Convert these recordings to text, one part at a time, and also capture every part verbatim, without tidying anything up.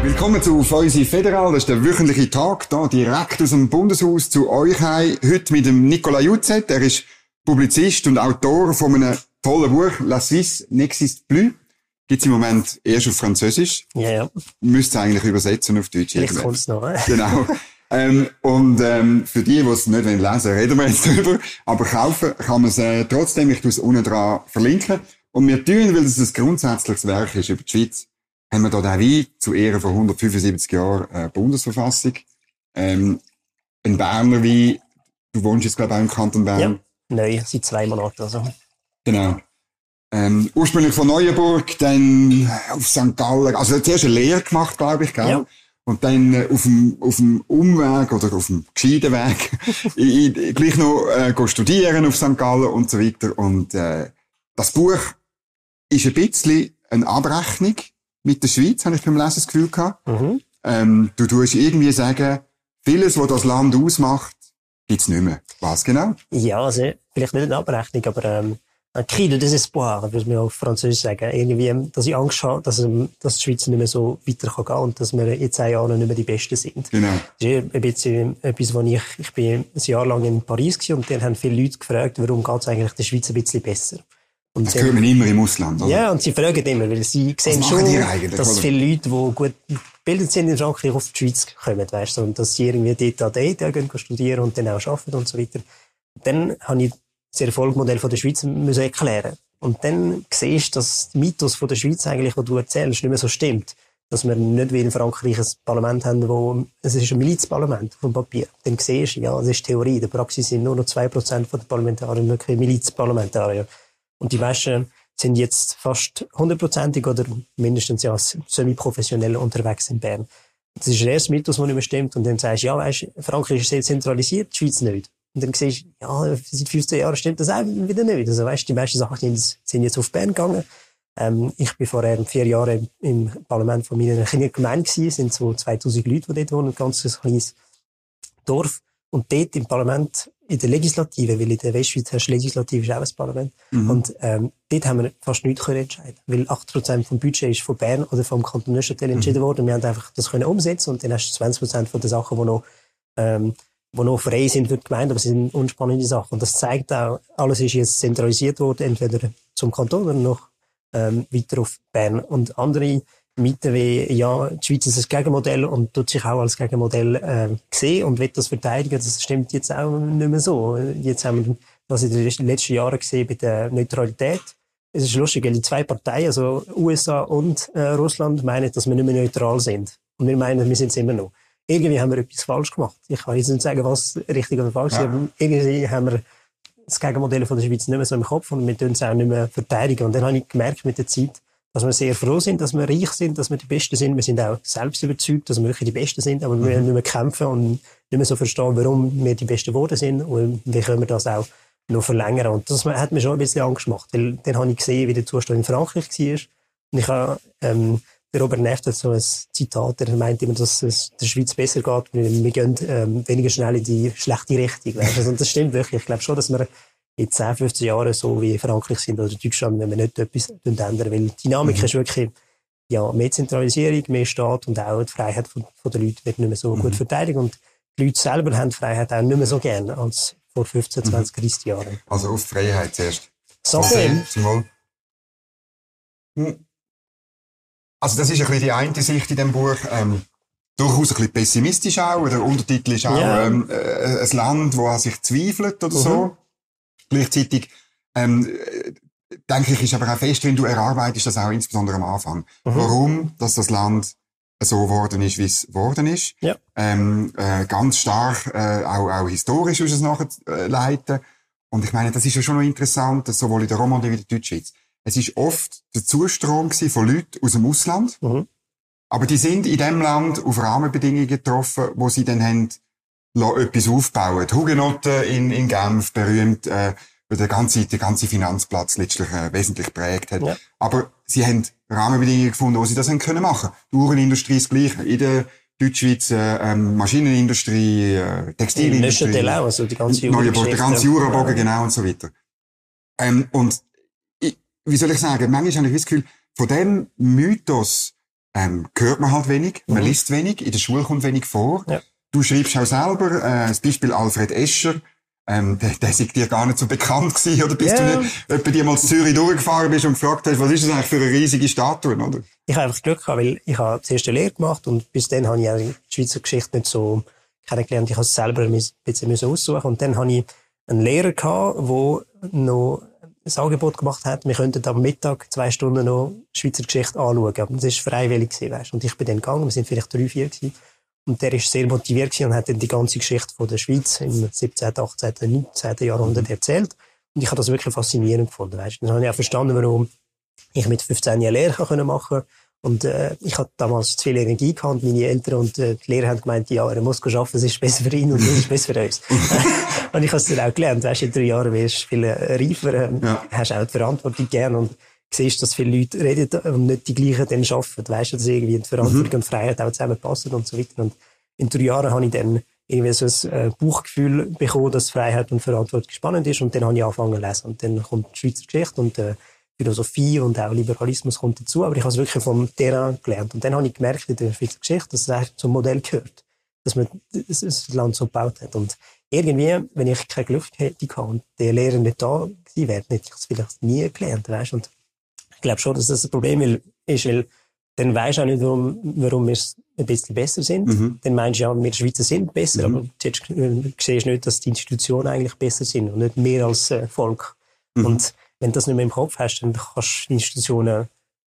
Willkommen zu Feusi Federal. Das ist der wöchentliche Tag hier direkt aus dem Bundeshaus zu euch heim. Heute mit dem Nicolas Jouzet. Er ist Publizist und Autor von einem tollen Buch, La Suisse n'existe plus. Gibt's im Moment erst auf Französisch. Ja, ja. Müsste eigentlich übersetzen auf Deutsch. Vielleicht kommt's noch, eh? Genau. ähm, und ähm, für die, die es nicht lesen wollen, reden wir jetzt drüber. Aber kaufen kann man es äh, trotzdem. Ich tue es unten dran verlinken. Und wir tun, weil es ein grundsätzliches Werk ist über die Schweiz, haben wir da wie zu Ehren von hundertfünfundsiebzig Jahren äh, Bundesverfassung. Ähm, ein Berner wie, du wohnst jetzt glaube ich auch im Kanton Bern. Ja, neu, seit zwei Monaten also. Genau. Ähm, ursprünglich von Neuenburg, dann auf Sankt Gallen, also zuerst eine Lehre gemacht, glaube ich, gell? Ja. Und dann äh, auf dem auf dem Umweg oder auf dem gescheiten Weg ich, ich, gleich noch äh, go studieren auf Sankt Gallen und so weiter. Und äh, das Buch ist ein bisschen eine Abrechnung mit der Schweiz, habe ich beim Lesen das Gefühl gehabt. Mhm. Ähm, du tust irgendwie sagen, vieles, was das Land ausmacht, gibt's nicht mehr. Was genau? Ja, also vielleicht nicht eine Abrechnung, aber ähm, ein cri de désespoir, würde man auf Französisch sagen. Irgendwie, dass ich Angst habe, dass, ähm, dass die Schweiz nicht mehr so weiter kann gehen und dass wir in zehn Jahren nicht mehr die Besten sind. Genau. Das ist ein bisschen etwas, wo ich, ich bin ein Jahr lang in Paris gewesen und dann haben viele Leute gefragt, warum geht's eigentlich der Schweiz ein bisschen besser? Und das hört man immer im Ausland, oder? Ja, und sie fragen immer, weil sie sehen schon, dass oder? viele Leute, die gut gebildet sind in Frankreich, auf die Schweiz kommen, weißt du, und dass sie irgendwie dort an der E T H gehen studieren und dann auch arbeiten und so weiter. Dann habe ich das Erfolgsmodell von der Schweiz müssen erklären. Und dann siehst du, dass der Mythos von der Schweiz eigentlich, den du erzählst, nicht mehr so stimmt. Dass wir nicht wie in Frankreich ein Parlament haben, wo, es ist ein Milizparlament vom Papier. Dann siehst du, ja, das ist Theorie. In der Praxis sind nur noch zwei Prozent der Parlamentarier wirklich Milizparlamentarier. Und die meisten sind jetzt fast hundertprozentig oder mindestens ja semi-professionell unterwegs in Bern. Das ist der erste Mythos, der nicht mehr stimmt. Und dann sagst du, ja, weißt, Frankreich ist sehr zentralisiert, die Schweiz nicht. Und dann siehst du, ja, seit fünfzehn Jahren stimmt das auch wieder nicht. Also weißt, die meisten Sachen sind jetzt auf Bern gegangen. Ähm, ich bin vorher vier Jahre im Parlament von meiner kleinen Gemeinde gewesen, sind so zweitausend Leute, die dort wohnen, ein ganz kleines Dorf. Und dort im Parlament, in der Legislative, weil in der Westschweiz hast du Legislative, ist auch ein Parlament. Mhm. Und, ähm, dort haben wir fast nichts können entscheiden. Weil acht Prozent vom Budget ist von Bern oder vom Kanton Neuchâtel entschieden mhm. worden. Wir haben einfach das können umsetzen und dann hast du zwanzig Prozent von den Sachen, die noch, ähm, die noch frei sind für die Gemeinde, aber es sind unspannende Sachen. Und das zeigt auch, alles ist jetzt zentralisiert worden, entweder zum Kanton oder noch, ähm, weiter auf Bern. Und andere Mythen wie, ja, die Schweiz ist ein Gegenmodell und tut sich auch als Gegenmodell äh, sehen und will das verteidigen. Das stimmt jetzt auch nicht mehr so. Jetzt haben wir das in den letzten Jahren gesehen bei der Neutralität. Es ist lustig, weil die zwei Parteien, also U S A und äh, Russland, meinen, dass wir nicht mehr neutral sind. Und wir meinen, wir sind es immer noch. Irgendwie haben wir etwas falsch gemacht. Ich kann jetzt nicht sagen, was richtig oder falsch ist, ja. aber irgendwie haben wir das Gegenmodell von der Schweiz nicht mehr so im Kopf und wir tun es auch nicht mehr verteidigen. Und dann habe ich gemerkt mit der Zeit, dass wir sehr froh sind, dass wir reich sind, dass wir die Besten sind. Wir sind auch selbst überzeugt, dass wir wirklich die Besten sind, aber mhm. wir nicht mehr kämpfen und nicht mehr so verstehen, warum wir die Besten geworden sind und wie können wir das auch noch verlängern. Und das hat mir schon ein bisschen Angst gemacht, weil dann habe ich gesehen, wie der Zustand in Frankreich war. Und ich habe, ähm, der Robert Neft hat so ein Zitat, der meint immer, dass es der Schweiz besser geht, wir gehen ähm, weniger schnell in die schlechte Richtung. Weißt? Und das stimmt wirklich. Ich glaube schon, dass wir in zehn, fünfzehn Jahren so wie Frankreich sind oder Deutschland, wenn wir nicht etwas ändern, weil die Dynamik mhm. ist wirklich, ja, mehr Zentralisierung, mehr Staat und auch die Freiheit von, von den Leuten wird nicht mehr so mhm. gut verteidigt und die Leute selber haben die Freiheit auch nicht mehr so gerne als vor fünfzehn, zwanzig, dreißig Jahren. Also auf Freiheit zuerst. So viel. Also das ist ein bisschen die eine Sicht in dem Buch, ähm, durchaus ein bisschen pessimistisch auch, der Untertitel ist auch, ja. ähm, äh, ein Land, wo an sich zweifelt oder mhm. so. Gleichzeitig, ähm, denke ich, ist aber auch fest, wenn du erarbeitest, das auch insbesondere am Anfang. Mhm. Warum, dass das Land so geworden ist, wie es geworden ist. Ja. Ähm, äh, ganz stark, äh, auch, auch historisch ist es nachleiten. Und ich meine, das ist ja schon noch interessant, dass sowohl in der Romandie wie in der Deutschschweiz. Es ist oft der Zustrom gewesen von Leuten aus dem Ausland. Mhm. Aber die sind in dem Land auf Rahmenbedingungen getroffen, wo sie dann haben, etwas aufbauen. Die Hugenotten in, in Genf, berühmt, äh, wo der ganze, der ganze Finanzplatz letztlich äh, wesentlich geprägt hat. Ja. Aber sie haben Rahmenbedingungen gefunden, wo sie das haben können machen. Die Uhrenindustrie ist das Gleiche. In der Deutschschweiz, äh, ähm, Maschinenindustrie, äh, Textilindustrie. Neuchâtel auch, also die ganze Neuenburg, der ganze Jurabogen, ja. genau, und so weiter. Ähm, und, ich, wie soll ich sagen, manchmal habe ich das Gefühl, von dem Mythos, ähm, hört man halt wenig, man mhm. liest wenig, in der Schule kommt wenig vor. Ja. Du schreibst auch selber, äh, das Beispiel Alfred Escher, ähm, der, der ist dir gar nicht so bekannt gewesen, oder bist yeah. du nicht, etwa dir mal in Zürich durchgefahren bist und gefragt hast, was ist das eigentlich für eine riesige Statue, oder? Ich habe einfach Glück gehabt, weil ich habe zuerst eine Lehre gemacht und bis dann habe ich auch die Schweizer Geschichte nicht so kennengelernt. Ich habe es selber ein bisschen aussuchen und dann habe ich einen Lehrer gehabt, der noch ein Angebot gemacht hat, wir könnten am Mittag zwei Stunden noch Schweizer Geschichte anschauen. Aber das war freiwillig gewesen, weißt. Und ich bin dann gegangen, wir sind vielleicht drei, vier gewesen. Und der ist sehr motiviert gewesen und hat dann die ganze Geschichte von der Schweiz im siebzehnten, achtzehnten, neunzehnten Jahrhundert erzählt. Und ich habe das wirklich faszinierend gefunden, weißt. Dann habe ich auch verstanden, warum ich mit fünfzehn Jahren Lehre machen konnte. Und äh, ich hatte damals zu viel Energie gehabt. Meine Eltern und äh, die Lehrer haben gemeint, ja, er muss arbeiten, es ist besser für ihn und es ist besser für uns. Und ich habe es dann auch gelernt. Weißt, in drei Jahren wirst du viel reifer, äh, ja. hast auch die Verantwortung gern und siehst, dass viele Leute reden und nicht die gleichen dann arbeiten. Weißt du, dass irgendwie die Verantwortung mhm. und Freiheit auch zusammenpassen und so weiter. Und in drei Jahren habe ich dann irgendwie so ein äh, Bauchgefühl bekommen, dass Freiheit und Verantwortung spannend ist. Und dann habe ich angefangen zu lesen. Und dann kommt die Schweizer Geschichte und äh, Philosophie und auch Liberalismus kommt dazu, aber ich habe es wirklich vom Terrain gelernt. Und dann habe ich gemerkt in der Schweizer Geschichte, dass es eigentlich zum Modell gehört, dass man das Land so gebaut hat. Und irgendwie, wenn ich kein Glück hätte gehabt und der Lehrer nicht da gewesen wäre, hätte ich es vielleicht nie gelernt, weißt? Und ich glaube schon, dass das ein Problem ist, weil dann weisst du auch nicht, warum, warum wir ein bisschen besser sind. Mhm. Dann meinst du ja, wir Schweizer sind besser, mhm. aber du siehst nicht, dass die Institutionen eigentlich besser sind und nicht mehr als äh, Volk. Mhm. Und wenn du das nicht mehr im Kopf hast, dann kannst du die Institutionen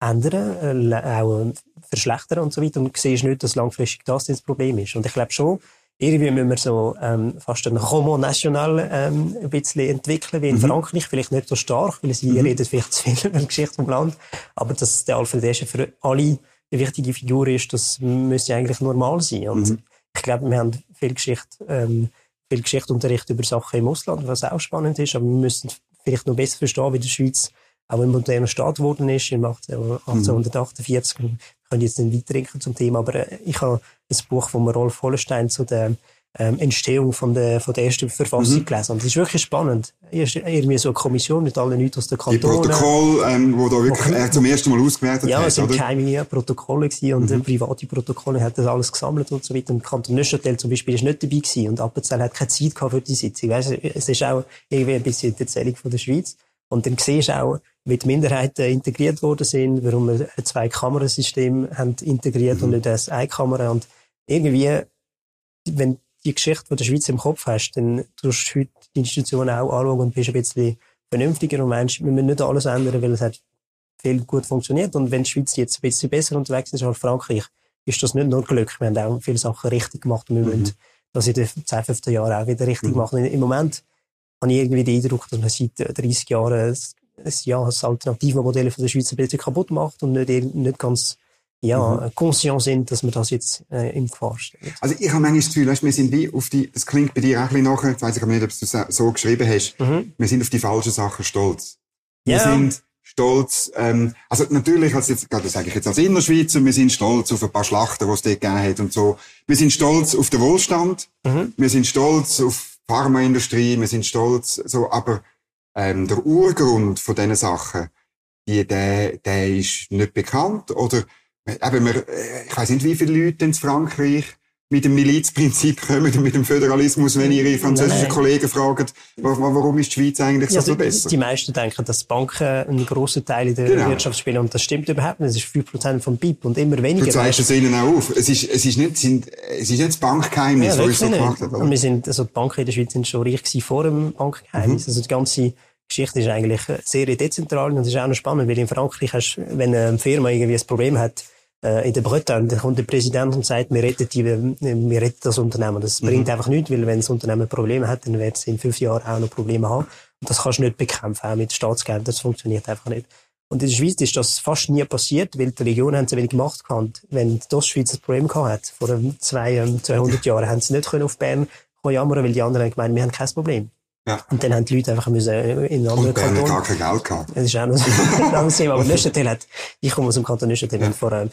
ändern, äh, auch verschlechtern und so weiter und siehst nicht, dass langfristig das das Problem ist. Und ich glaube schon, irgendwie müssen wir so ähm, fast ein Roman national ähm, ein bisschen entwickeln, wie in mhm. Frankreich, vielleicht nicht so stark, weil sie mhm. reden vielleicht zu viel über die Geschichte vom Land, aber dass der Alfred Escher für alle eine wichtige Figur ist, das müsste eigentlich normal sein. Und mhm. ich glaube, wir haben viel Geschichte, ähm, viel Geschichtsunterricht über Sachen im Ausland, was auch spannend ist, aber wir müssen vielleicht noch besser verstehen, wie die Schweiz auch ein moderner Staat geworden ist, im achtzehnhundertachtundvierzig. Wir können jetzt nicht weiterdenken zum Thema, aber ich habe ein Buch von Rolf Hollenstein zu der ähm, Entstehung von der, von der ersten Verfassung mhm. gelesen. Und das ist wirklich spannend. Es ist irgendwie so eine Kommission mit allen Leuten aus der Kantonen. Die Protokolle, ähm, wo da wirklich er zum ersten Mal ausgewertet ja, hat, es sind oder? geheime Protokolle gewesen und mhm. private Protokolle hat das alles gesammelt und so weiter. Und Kanton Neuchâtel zum Beispiel ist nicht dabei gewesen und Appenzell hat keine Zeit gehabt für die Sitzung. Weißt, es ist auch irgendwie ein bisschen die Erzählung von der Schweiz. Und dann siehst du auch, wie die Minderheiten integriert worden sind, warum wir ein Zwei-Kammern-System haben integriert mhm. und nicht ein Eine-Kammer. Und irgendwie, wenn du die Geschichte von der Schweiz im Kopf hast, dann tust du heute die Institutionen auch anschauen und bist ein bisschen vernünftiger und meinst, wir müssen nicht alles ändern, weil es hat viel gut funktioniert. Und wenn die Schweiz jetzt ein bisschen besser unterwegs ist als Frankreich, ist das nicht nur Glück. Wir haben auch viele Sachen richtig gemacht und wir mhm. müssen das in den zehn, fünfzehn Jahren auch wieder richtig mhm. machen. Im Moment habe ich irgendwie den Eindruck, dass man seit dreißig Jahren ein, ja, das Alternativmodell von der Schweiz ein bisschen kaputt macht und nicht, nicht ganz ja, mhm. conscient sind, dass man das jetzt äh, in Gefahr stellt. Also ich habe manchmal das Gefühl, weißt, wir sind wie auf die, das klingt bei dir auch ein bisschen nachher, ich weiss ich aber nicht, ob du es so geschrieben hast, mhm. wir sind auf die falschen Sachen stolz. Wir ja. sind stolz, ähm, also natürlich, also jetzt, das sage ich jetzt als Innerschweizer, wir sind stolz auf ein paar Schlachten, die es dort gegeben hat und so. Wir sind stolz auf den Wohlstand, mhm. wir sind stolz auf die Pharmaindustrie, wir sind stolz, so, aber ähm, der Urgrund von diesen Sachen, die, der, der ist nicht bekannt, oder eben, wir, ich weiss nicht, wie viele Leute in Frankreich mit dem Milizprinzip kommen und mit dem Föderalismus, wenn ihre französischen nein, nein. Kollegen fragen, warum ist die Schweiz eigentlich ja, so viel besser? Die meisten denken, dass Banken einen grossen Teil in der genau. Wirtschaft spielen und das stimmt überhaupt nicht. Es ist fünf Prozent vom B I P und immer weniger. Du zeigst es ihnen auch auf. Es ist, es ist nicht, sind, es ist nicht das Bankgeheimnis, ja, was uns so gemacht hat. Oder? Und wir sind, also die Banken in der Schweiz sind schon reich gewesen vor dem Bankgeheimnis. Mhm. Also die ganze Geschichte ist eigentlich sehr dezentral und es ist auch noch spannend, weil in Frankreich hast, wenn eine Firma irgendwie ein Problem hat, in der Bretagne, da kommt der Präsident und sagt, wir retten, die, wir retten das Unternehmen. Das mhm. bringt einfach nichts, weil wenn das Unternehmen Probleme hat, dann wird es in fünf Jahren auch noch Probleme haben. Und das kannst du nicht bekämpfen, auch mit Staatsgeld. Das funktioniert einfach nicht. Und in der Schweiz ist das fast nie passiert, weil die Regionen haben so wenig Macht gehabt. Wenn die Ostschweiz ein Problem gehabt hat, vor zwei, zweihundert Jahren, haben sie nicht können auf Bern jammern, weil die anderen haben gemeint, wir haben kein Problem. Ja. Und dann haben die Leute einfach müssen in anderen Kantonen. Und gar kein Geld gehabt. Das ist auch noch so ein Thema. Aber Neuchâtel hat, ich komme aus dem Kanton Neuchâtel, ja. vor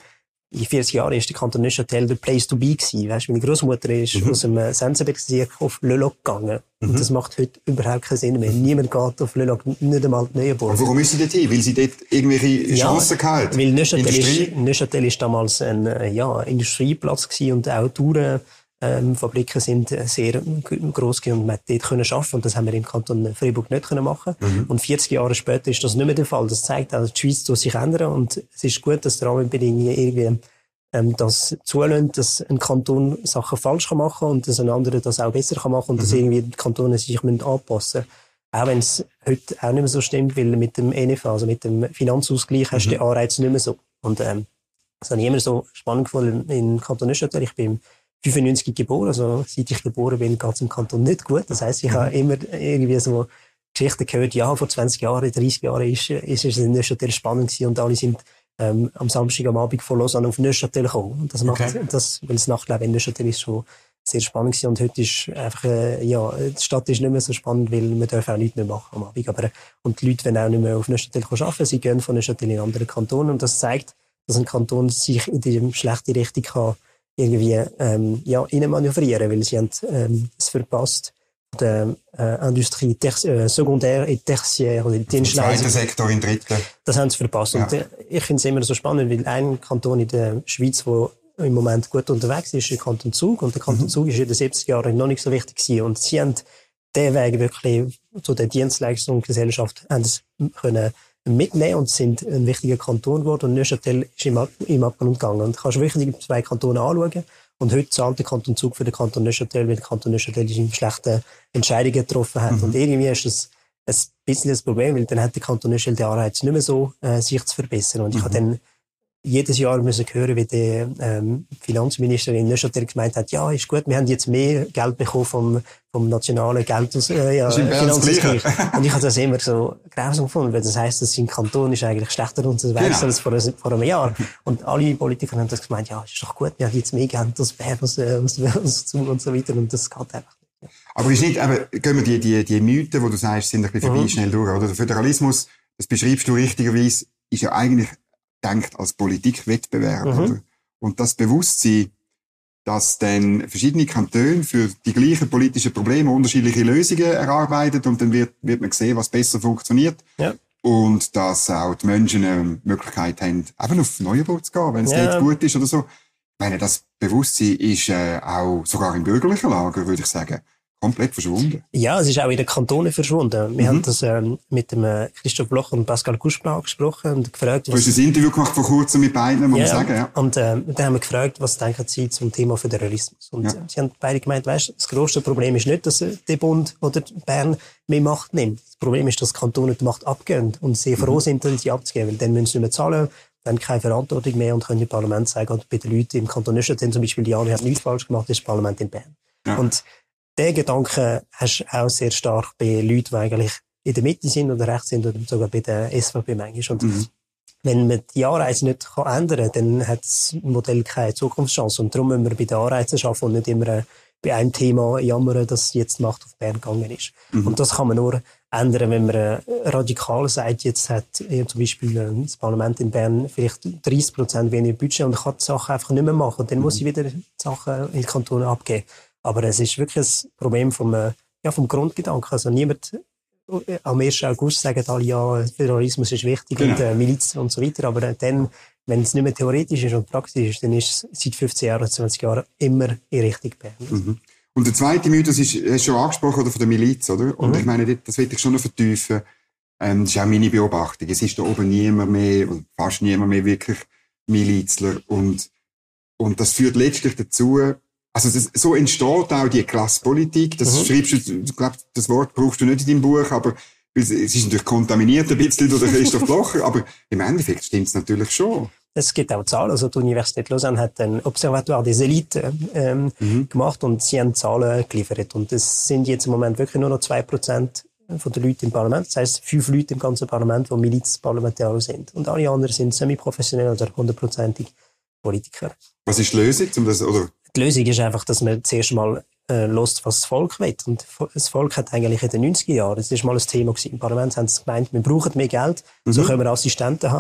in vierzig Jahren ist der Kanton Neuchâtel der Place to be gewesen. Weißt, meine Großmutter ist mhm. aus dem Sensenberg auf Le Loc gegangen. Mhm. Und das macht heute überhaupt keinen Sinn mehr. Niemand geht auf Le Loc, nicht einmal die Neuenburg. Und warum müssen sie dort hin? Weil sie dort irgendwelche ja, Chancen gehabt? Weil Neuchâtel ist, Neuchâtel ist damals ein, ja, Industrieplatz gewesen und auch Touren, ähm, Fabriken sind sehr gross gewesen und man hat dort können arbeiten und das haben wir im Kanton Freiburg nicht können machen. Mhm. Und vierzig Jahre später ist das nicht mehr der Fall. Das zeigt auch, die Schweiz tut sich ändern und es ist gut, dass die Rahmenbedingungen irgendwie ähm, das zulassen, dass ein Kanton Sachen falsch kann machen und dass ein anderer das auch besser kann machen und mhm. dass irgendwie die Kantone sich müssen anpassen müssen. Auch wenn es heute auch nicht mehr so stimmt, weil mit dem N F A, also mit dem Finanzausgleich, hast du mhm. den Anreiz nicht mehr so. Und ähm, das habe ich immer so spannend gefunden im Kanton Neuchâtel. Ich bin fünfundneunzig geboren, also seit ich geboren bin, geht es im Kanton nicht gut. Das heisst, ich mhm. habe immer irgendwie so Geschichten gehört, ja, vor zwanzig Jahren, dreissig Jahren ist, ist es in Neuchâtel spannend gewesen und alle sind ähm, am Samstag am Abend von Lausanne auf Neuchâtel gekommen. Und das macht, okay. das, weil das Nachtleben in Neuchâtel ist schon sehr spannend gewesen und heute ist einfach, äh, ja, die Stadt ist nicht mehr so spannend, weil man darf auch nichts mehr machen am Abend. Aber, und die Leute wollen auch nicht mehr auf Neuchâtel arbeiten, sie gehen von Neuchâtel in andere Kantone und das zeigt, dass ein Kanton sich in die schlechte Richtung kann irgendwie ähm, ja reinmanövrieren, weil sie haben ähm, es verpasst, der äh, Industrie ter- äh, secondaire et tertiaire oder die Dienstleistungen. Zweiter Sektor in dritten. Das haben sie verpasst. Ja. Und äh, ich finde es immer so spannend, weil ein Kanton in der Schweiz, der im Moment gut unterwegs ist, ist der Kanton Zug. Und der Kanton mhm. Zug ist in den siebzig Jahren noch nicht so wichtig gewesen. Und sie haben den Weg wirklich zu der Dienstleistungsgesellschaft haben es können mitnehmen und sind ein wichtiger Kanton geworden. Und Neuchâtel ist im, Ab- im Abgrund gegangen. Und du kannst wirklich die zwei Kantone anschauen. Und heute zahlt der Kanton Zug für den Kanton Neuchâtel, weil der Kanton Neuchâtel schlechte Entscheidungen getroffen hat. Mhm. Und irgendwie ist das ein bisschen das Problem, weil dann hat der Kanton Neuchâtel den Anreiz nicht mehr so, äh, sich zu verbessern. Und mhm. ich habe dann jedes Jahr müssen hören, wie die ähm, Finanzministerin Neuchâtel gemeint hat, ja, ist gut, wir haben jetzt mehr Geld bekommen vom, vom nationalen Geld aus, äh, ja, Finanzausgleich. Und ich habe das immer so grausam gefunden, weil das heisst, dass sein Kanton ist eigentlich schlechter unterwegs genau. als vor, vor einem Jahr. Und alle Politiker haben das gemeint, ja, ist doch gut, wir haben jetzt mehr Geld aus Bern, aus, aus, aus Zug und so weiter. Und das geht einfach nicht. Ja. Aber ist nicht, aber gehen wir die, die, die Mythen, die du sagst, sind ein bisschen vorbei, mhm. schnell durch, oder? Der Föderalismus, das beschreibst du richtigerweise, ist ja eigentlich denkt als Politikwettbewerb, mhm. oder? Und das Bewusstsein, dass dann verschiedene Kantone für die gleichen politischen Probleme unterschiedliche Lösungen erarbeitet und dann wird, wird man sehen, was besser funktioniert. Ja. Und dass auch die Menschen eine Möglichkeit haben, eben auf Neubau zu gehen, wenn es ja. nicht gut ist oder so. Ich meine, das Bewusstsein ist äh, auch sogar im bürgerlichen Lager, würde ich sagen, komplett verschwunden. Ja, es ist auch in den Kantonen verschwunden. Wir mhm. haben das ähm, mit dem äh, Christoph Bloch und Pascal Couchepin gesprochen und gefragt, was... Du hast ein Interview gemacht vor kurzem mit beiden, muss ja, man sagen. Ja. Und äh, dann haben wir gefragt, was denken Sie zum Thema Föderalismus? Und ja. äh, sie haben beide gemeint, weißt, das grösste Problem ist nicht, dass äh, der Bund oder Bern mehr Macht nimmt. Das Problem ist, dass die Kantone die Macht abgeben und sehr froh mhm. sind, dass sie abzugeben, weil dann müssen sie nicht mehr zahlen, dann keine Verantwortung mehr und können im Parlament sagen, und bei den Leuten im Kanton Neuchâtel zum Beispiel, ja, wir haben nichts falsch gemacht, das ist das Parlament in Bern. Ja. Und den Gedanken hast du auch sehr stark bei Leuten, die eigentlich in der Mitte sind oder rechts sind oder sogar bei der S V P manchmal. Und mhm. wenn man die Anreize nicht ändern kann, dann hat das Modell keine Zukunftschance. Und darum müssen wir bei den Anreizen arbeiten und nicht immer bei einem Thema jammern, dass jetzt die Macht auf Bern gegangen ist. Mhm. Und das kann man nur ändern, wenn man radikal sagt, jetzt hat zum Beispiel das Parlament in Bern vielleicht dreißig Prozent weniger Budget und kann die Sachen einfach nicht mehr machen. Und dann mhm. muss ich wieder die Sachen in die Kantone abgeben. Aber es ist wirklich ein Problem vom, ja, vom Grundgedanken. Also niemand, am ersten August sagen alle, ja, Terrorismus ist wichtig genau. und äh, Miliz und so weiter. Aber dann, wenn es nicht mehr theoretisch ist und praktisch ist, dann ist es seit fünfzehn Jahren, zwanzig Jahren immer in Richtung Bern. Mhm. Und der zweite Mythos ist, hast du schon angesprochen, oder, von der Miliz, oder? Und mhm. ich meine, das will ich schon noch vertiefen. Ähm, das ist auch meine Beobachtung. Es ist da oben niemand mehr, oder fast niemand mehr wirklich Milizler. Und, und das führt letztlich dazu, also das, so entsteht auch die Klassenpolitik. Das mhm. schreibst du, ich glaube, das Wort brauchst du nicht in deinem Buch, aber es ist natürlich kontaminiert ein bisschen durch Christoph Blocher, aber im Endeffekt stimmt es natürlich schon. Es gibt auch Zahlen. Also die Universität Lausanne hat ein Observatoire des Elites ähm, mhm. gemacht und sie haben Zahlen geliefert. Und es sind jetzt im Moment wirklich nur noch zwei Prozent von den Leuten im Parlament. Das heisst, fünf Leute im ganzen Parlament, die Milizparlamentarier sind. Und alle anderen sind semi-professionell oder hundertprozentig Politiker. Was ist die Lösung? Um das, oder? Die Lösung ist einfach, dass man zuerst mal äh, hört, was das Volk will. Und das Volk hat eigentlich in den neunziger Jahren, das ist mal ein Thema gewesen. Im Parlament haben sie gemeint, wir brauchen mehr Geld, mhm. so können wir Assistenten haben.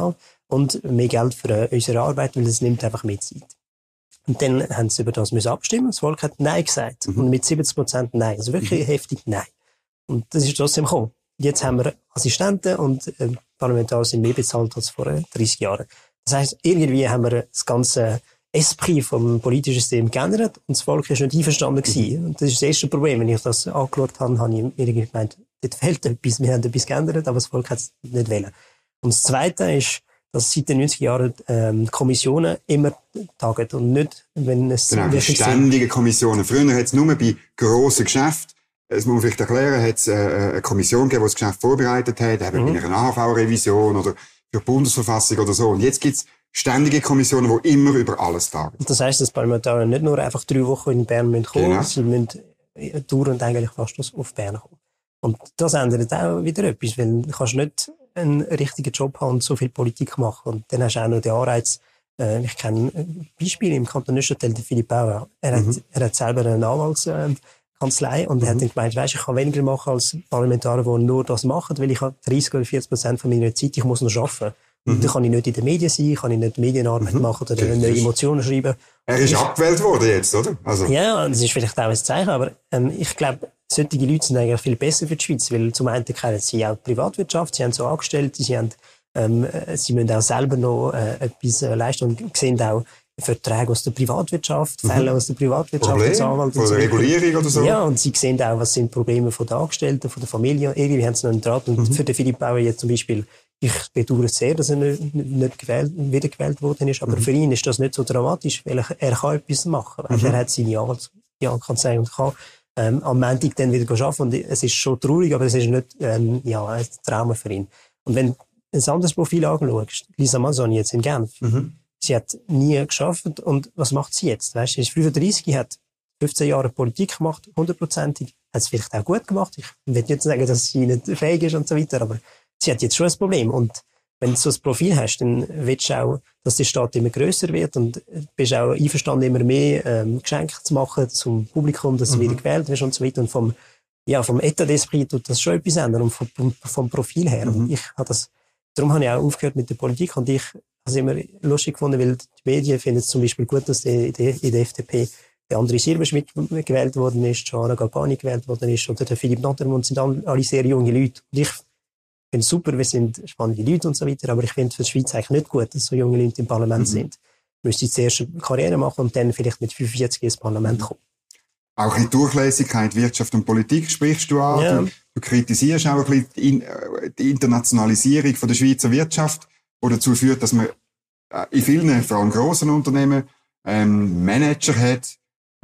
und mehr Geld für äh, unsere Arbeit, weil es nimmt einfach mehr Zeit. Und dann haben sie über das müssen abstimmen. Das Volk hat Nein gesagt. Mhm. Und mit siebzig Prozent Nein. Also wirklich mhm. heftig Nein. Und das ist trotzdem gekommen. Jetzt haben wir Assistenten und äh, Parlamentarier sind mehr bezahlt als vor äh, dreißig Jahren. Das heisst, irgendwie haben wir das ganze Esprit vom politischen System geändert und das Volk ist nicht einverstanden gewesen. Mhm. Und das ist das erste Problem. Wenn ich das angeschaut habe, habe ich irgendwie gemeint, dort fehlt etwas. Wir haben etwas geändert, aber das Volk hat es nicht wollen. Und das Zweite ist, dass seit den neunziger Jahren ähm, Kommissionen immer tagen und nicht, wenn es genau, die ständige Kommissionen. Früher hat es nur bei grossen Geschäften, das muss man vielleicht erklären, hat es äh, eine Kommission gegeben, die das Geschäft vorbereitet hat, eben mhm. bei einer A H V-Revision oder für die Bundesverfassung oder so. Und jetzt gibt es ständige Kommissionen, die immer über alles tagen. Das heisst, dass Parlamentarier nicht nur einfach drei Wochen in Bern müssen kommen, genau. sie müssen dauernd eigentlich fast auf Bern kommen. Und das ändert auch wieder etwas, weil du kannst nicht einen richtigen Job haben und so viel Politik machen. Und dann hast du auch noch den Anreiz, äh, ich kenne Beispiele im Kanton Neuchâtel, der Philipp Bauer. Er, mhm. hat, er hat selber eine Anwaltskanzlei äh, und mhm. er hat dann gemeint, weisst, ich kann weniger machen als Parlamentarier, die nur das machen, weil ich habe dreißig oder vierzig Prozent von meiner Zeit, ich muss noch arbeiten. Mhm. Und dann kann ich nicht in den Medien sein, kann ich nicht Medienarbeit mhm. machen oder neue Emotionen schreiben. Er ist ich, abgewählt worden jetzt, oder? Also. Ja, das ist vielleicht auch ein Zeichen, aber ähm, ich glaube, solche Leute sind eigentlich viel besser für die Schweiz, weil zum einen kennen sie auch die Privatwirtschaft, sie haben so Angestellte, sie haben, ähm, sie müssen auch selber noch äh, etwas äh, leisten und sehen auch Verträge aus der Privatwirtschaft, mhm. Fälle aus der Privatwirtschaft. Problem, als Anwalt von der Regulierung oder so. Ja, und sie sehen auch, was sind Probleme von den Angestellten, von der Familie, irgendwie haben sie noch einen Draht. Und mhm. für den Philipp Bauer jetzt zum Beispiel, ich bedauere sehr, dass er nicht, nicht gewählt, wieder gewählt worden ist, aber mhm. für ihn ist das nicht so dramatisch, weil er, er kann etwas machen. Mhm. Er hat seine Anwaltskanzlei und kann ähm, am Montag dann wieder arbeiten. Und es ist schon traurig, aber es ist nicht ähm, ja, ein Trauma für ihn. Und wenn du ein anderes Profil anschaust, Lisa Mazzoni jetzt in Genf, mhm. sie hat nie geschafft und was macht sie jetzt? Weißt, sie ist fünfunddreißig, hat fünfzehn Jahre Politik gemacht, hundertprozentig, hat es vielleicht auch gut gemacht. Ich will nicht sagen, dass sie nicht fähig ist und so weiter, aber sie hat jetzt schon ein Problem. Und wenn du so ein Profil hast, dann willst du auch, dass der Staat immer grösser wird und bist auch einverstanden, immer mehr ähm, Geschenke zu machen zum Publikum, dass du mhm. wieder gewählt wirst und so weiter. Und vom, ja, vom Etat d'esprit tut das schon etwas ändern und vom, vom Profil her. Mhm. Und ich habe das, darum habe ich auch aufgehört mit der Politik und ich habe es immer lustig gefunden, weil die Medien finden es zum Beispiel gut, dass die, die, in der F D P der André Sirbesch gewählt worden ist, Joanna Galbani gewählt worden ist oder der Philipp Notermund, sind alle sehr junge Leute. Und ich finde es super, wir sind spannende Leute und so weiter, aber ich finde für die Schweiz eigentlich nicht gut, dass so junge Leute im Parlament mhm. sind. Wir müssen zuerst eine Karriere machen und dann vielleicht mit fünfundvierzig ins Parlament kommen. Auch in Durchlässigkeit, Wirtschaft und Politik sprichst du an. Ja. Du, du kritisierst auch ein bisschen die Internationalisierung von der Schweizer Wirtschaft, die dazu führt, dass man in vielen, vor allem grossen Unternehmen, ähm, Manager hat,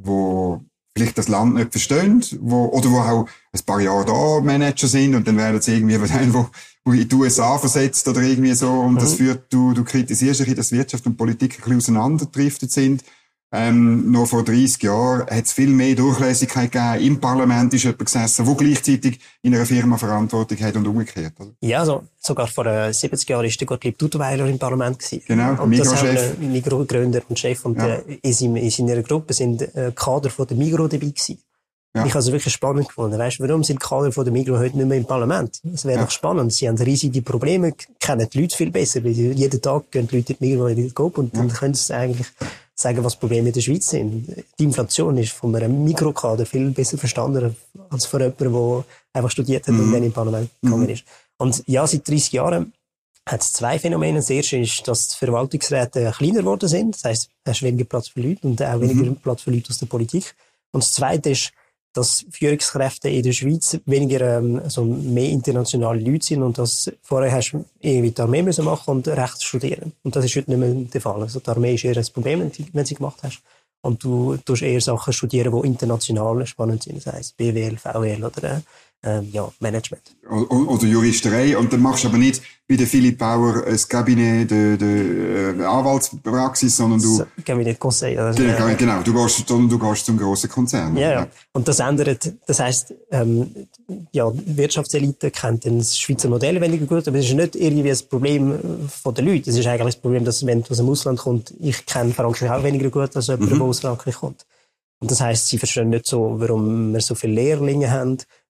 wo vielleicht das Land nicht verstehen, wo, oder wo auch ein paar Jahre da Manager sind und dann werden sie irgendwie sein, wo, wo in die U S A versetzt oder irgendwie so und mhm. das führt, du, du kritisierst ein bisschen, dass Wirtschaft und Politik ein bisschen auseinanderdriftet sind. Ähm, noch vor dreißig Jahren hat es viel mehr Durchlässigkeit gegeben. Im Parlament ist jemand gesessen, der gleichzeitig in einer Firma Verantwortung hat und umgekehrt. Oder? Ja, also, sogar vor äh, siebzig Jahren war der Gottlieb Duttweiler im Parlament gewesen. Genau, Migros-Chef. Migros-Gründer und Chef. Und ja. äh, in, seinem, in seiner Gruppe sind äh, Kader von der Migros dabei gewesen. Ja. Ich habe es wirklich spannend gefunden. Weißt du, warum sind Kader von der Migros heute nicht mehr im Parlament? Das wäre ja. doch spannend. Sie haben riesige Probleme, kennen die Leute viel besser, weil jeden Tag gehen die Leute in die Migros in die Coop und ja. dann können sie eigentlich sagen, was Probleme in der Schweiz sind. Die Inflation ist von einem Mikrokader viel besser verstanden als von jemandem, der einfach studiert hat mm. und dann im Parlament gekommen mm. ist. Und ja, seit dreißig Jahren hat es zwei Phänomene. Das erste ist, dass die Verwaltungsräte kleiner geworden sind. Das heisst, es ist weniger Platz für Leute und auch weniger mm. Platz für Leute aus der Politik. Und das zweite ist, dass Führungskräfte in der Schweiz weniger, ähm, also mehr internationale Leute sind und dass vorher hast du irgendwie die Armee müssen machen und Recht studieren. Und das ist heute nicht mehr der Fall. Also die Armee ist eher ein Problem, wenn du, wenn du sie gemacht hast. Und du tust eher Sachen studieren, die international spannend sind. Das heisst B W L, V W L oder ähm, ja, Management. Oder Juristerei. Und dann machst du aber nicht wie der Philipp Bauer ein Kabinett der, der äh, Anwaltspraxis, sondern du... So, Kabinett Conseil. Also, genau, äh, genau, du gehst, sondern du gehst zum grossen Konzern. Ja, ja. Und das ändert, das heisst, ähm, ja, die Wirtschaftselite kennt das Schweizer Modell weniger gut, aber es ist nicht irgendwie ein Problem von den Leuten. Es ist eigentlich das Problem, dass wenn du aus dem Ausland kommst, ich kenne Frankreich auch weniger gut als jemand, mhm. der aus Frankreich kommt. Und das heisst, sie verstehen nicht so, warum wir so viele Lehrlinge haben,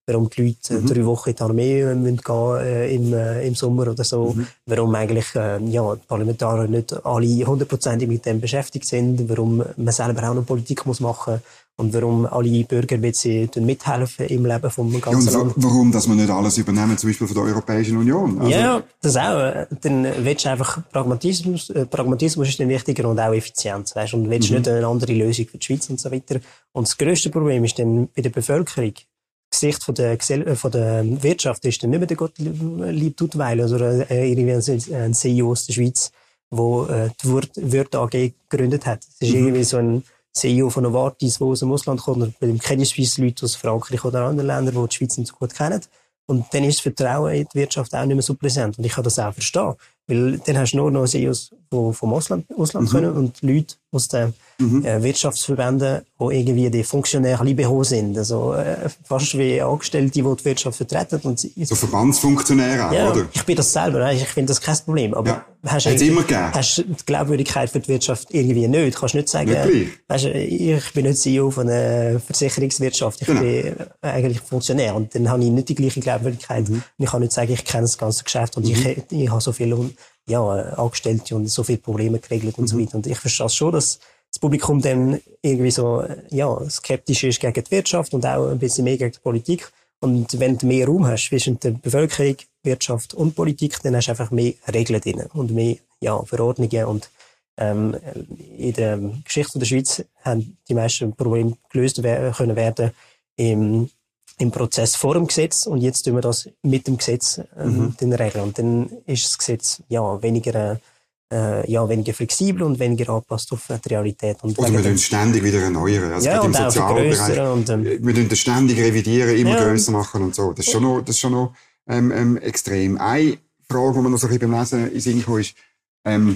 warum die Leute Mhm. drei Wochen in die Armee müssen gehen, äh, im, äh, im Sommer oder so, Mhm. warum eigentlich äh, ja, die Parlamentarier nicht alle hundertprozentig mit dem beschäftigt sind, warum man selber auch noch Politik muss machen und warum alle Bürger sie mithelfen im Leben vom Ja, ganzen und wa- Land. warum, dass wir nicht alles übernehmen, zum Beispiel von der Europäischen Union? Also, Ja, das auch. äh, Dann willst du einfach Pragmatismus, äh, Pragmatismus ist dann wichtiger und auch Effizienz, weißt, und willst Mhm. nicht eine andere Lösung für die Schweiz und so weiter. Und das grösste Problem ist dann bei der Bevölkerung. Die Sicht von der, Gesell äh, von der Wirtschaft ist dann nicht mehr der Gottlieb Duttweiler oder äh, irgendwie ein, ein C E O aus der Schweiz, wo äh, die Word, Word A G gegründet hat. Es ist Mhm. irgendwie so ein C E O von Novartis, der aus dem Ausland kommt, oder bei dem Credit Suisse Leute aus Frankreich oder anderen Ländern, die die Schweiz nicht so gut kennen. Und dann ist das Vertrauen in die Wirtschaft auch nicht mehr so präsent. Und ich kann das auch verstehen. Weil dann hast du nur noch C E Os, die vom Ausland, Ausland Mhm. können und Leute aus den Mhm. äh, Wirtschaftsverbänden, die irgendwie die Funktionäre libéraux sind. Also äh, fast wie Angestellte, die die Wirtschaft vertreten. Und sie- so Verbandsfunktionäre auch, ja, oder? ich bin das selber, weißt, ich finde das kein Problem. Aber Ja. hast, Hat's irgendwie- immer gegeben. hast die Glaubwürdigkeit für die Wirtschaft irgendwie nicht. Du kannst nicht sagen, Nicht gleich. weißt, ich bin nicht C E O von einer Versicherungswirtschaft, ich Genau. bin eigentlich Funktionär. Und dann habe ich nicht die gleiche Glaubwürdigkeit. Mhm. Und ich kann nicht sagen, ich kenne das ganze Geschäft und ich, ich habe so viele ja, Angestellte und so viele Probleme geregelt und so Mhm. weiter. Und ich verstehe schon, dass das Publikum dann irgendwie so ja, skeptisch ist gegen die Wirtschaft und auch ein bisschen mehr gegen die Politik. Und wenn du mehr Raum hast zwischen der Bevölkerung, Wirtschaft und Politik, dann hast du einfach mehr Regeln drin und mehr ja, Verordnungen. Und ähm, in der Geschichte der Schweiz haben die meisten Probleme gelöst wer- können werden im, im Prozess vor dem Gesetz. Und jetzt tun wir das mit dem Gesetz ähm, Mhm. den Regeln. Und dann ist das Gesetz ja weniger äh, ja, weniger flexibel und weniger angepasst auf die Realität. Und Oder wegen wir dem- tun es ständig wieder erneuern. Also Ja, gerade im und auch Sozialbereich. vergrössern und, ähm, wir tun das ständig revidieren, immer Ja. grösser machen und so. Das ist schon noch, das ist schon noch ähm, ähm, extrem. Eine Frage, die mir noch so ein bisschen beim Lesen in den Sinn kam, ist, ähm,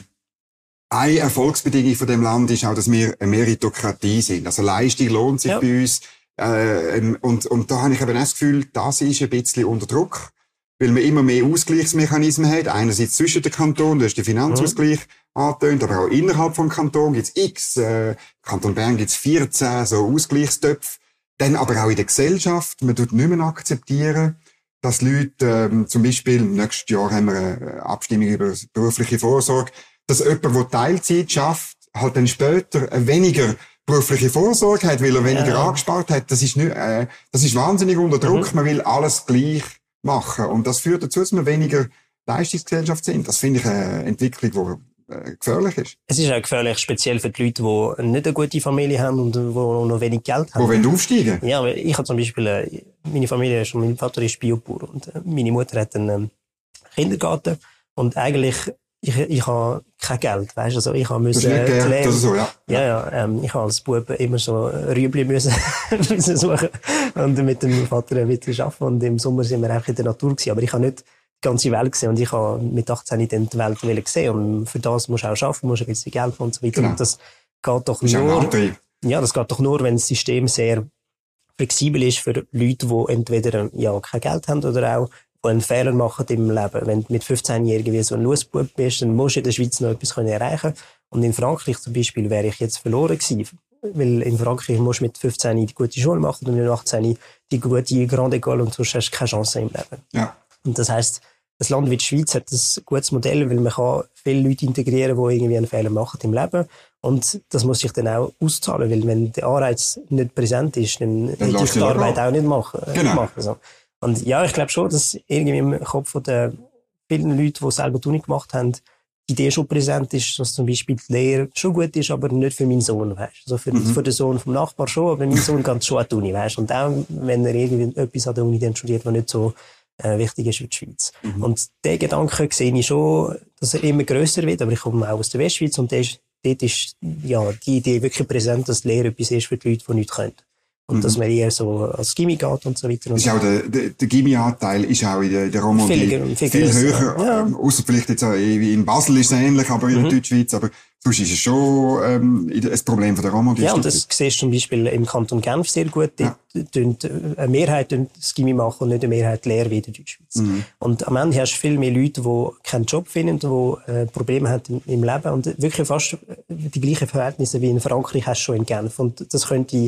eine Erfolgsbedingung von dem Land ist auch, dass wir eine Meritokratie sind. Also Leistung lohnt sich Ja. bei uns. Äh, ähm, und, und da habe ich eben auch das Gefühl, das ist ein bisschen unter Druck, weil man immer mehr Ausgleichsmechanismen hat. Einerseits zwischen den Kantonen, du hast den Finanzausgleich angetönt, aber auch innerhalb vom Kanton gibt es x. Äh, Kanton Bern gibt es vierzehn so Ausgleichstöpfe. Dann aber auch in der Gesellschaft. Man tut nicht mehr akzeptieren, dass Leute, ähm, zum Beispiel, nächstes Jahr haben wir eine Abstimmung über berufliche Vorsorge, dass jemand, der Teilzeit schafft, halt dann später eine weniger berufliche Vorsorge hat, weil er weniger Ja. angespart hat. Das ist nicht, äh, das ist wahnsinnig unter Druck. Man will alles gleich machen. Und das führt dazu, dass wir weniger Leistungsgesellschaft sind. Das finde ich eine Entwicklung, die äh, gefährlich ist. Es ist auch gefährlich, speziell für die Leute, die nicht eine gute Familie haben und die noch wenig Geld haben. Wo wollen aufsteigen? Ja, weil ich habe zum Beispiel, äh, meine Familie ist, mein Vater ist Biobauer und äh, meine Mutter hat einen ähm, Kindergarten und eigentlich, ich, ich habe kein Geld, weißt du, also ich habe Das ist müssen, nicht äh, geerbt lernen- oder so, ja. Ja, ja, ähm, ich habe als Bub immer so Rüebli müssen, müssen suchen und mit dem Vater mit arbeiten und im Sommer sind wir einfach in der Natur gewesen, aber ich habe nicht die ganze Welt gesehen und ich habe mit achtzehn dann die Welt wollen sehen und für das musst du auch arbeiten, musst ein bisschen Geld haben und so weiter Genau. und das geht doch Das ist auch ein nur, Antrieb. ja, das geht doch nur, wenn das System sehr flexibel ist für Leute, die entweder ja, kein Geld haben oder auch die einen Fehler machen im Leben. Wenn du mit fünfzehnjährigen wie so ein Losbub bist, dann musst du in der Schweiz noch etwas können erreichen. Und in Frankreich zum Beispiel wäre ich jetzt verloren gewesen. Weil in Frankreich musst du mit fünfzehn die gute Schule machen und mit achtzehn die gute Grande École und sonst hast du keine Chance im Leben. Ja. Und das heisst, ein Land wie die Schweiz hat ein gutes Modell, weil man kann viele Leute integrieren, die irgendwie einen Fehler machen im Leben. Und das muss sich dann auch auszahlen, weil wenn der Anreiz nicht präsent ist, dann Dann hätte lässt ich die du Arbeit gehen. auch nicht machen. äh, Genau. machen so. Und ja, ich glaube schon, dass irgendwie im Kopf von den vielen Leuten, die selber die Uni gemacht haben, die Idee schon präsent ist, dass zum Beispiel die Lehre schon gut ist, aber nicht für meinen Sohn, weißt. Also für, Mhm. für den Sohn vom Nachbar schon, aber mein Sohn geht schon an die Uni, weißt. Und auch wenn er irgendwie etwas an der Uni dann studiert, was nicht so äh, wichtig ist für die Schweiz. Mhm. Und den Gedanken sehe ich schon, dass er immer grösser wird, aber ich komme auch aus der Westschweiz und der ist, dort ist ja, die Idee wirklich präsent, dass die Lehre etwas ist für die Leute, die nichts können. Und Mhm. dass man eher so als Gimmi geht und so weiter. Und Das ist auch der, der, der Gimmi-Anteil ist auch in der, in der Romandie Viel- viel, viel grösser, höher. ja. Ähm, ausser vielleicht jetzt auch wie in Basel ist es ähnlich, aber in der Mhm. Deutschschweiz. Aber sonst ist es schon ähm, in der- ein Problem von der Romandie. Ja, und das siehst du zum Beispiel im Kanton Genf sehr gut. Ja. Dort tönt eine Mehrheit tönt das Gimmi machen und nicht eine Mehrheit die Lehre wie in der Deutschschweiz. Mhm. Und am Ende hast du viel mehr Leute, die keinen Job finden, die äh, Probleme haben im, im Leben und wirklich fast die gleichen Verhältnisse wie in Frankreich hast du schon in Genf. Und das könnte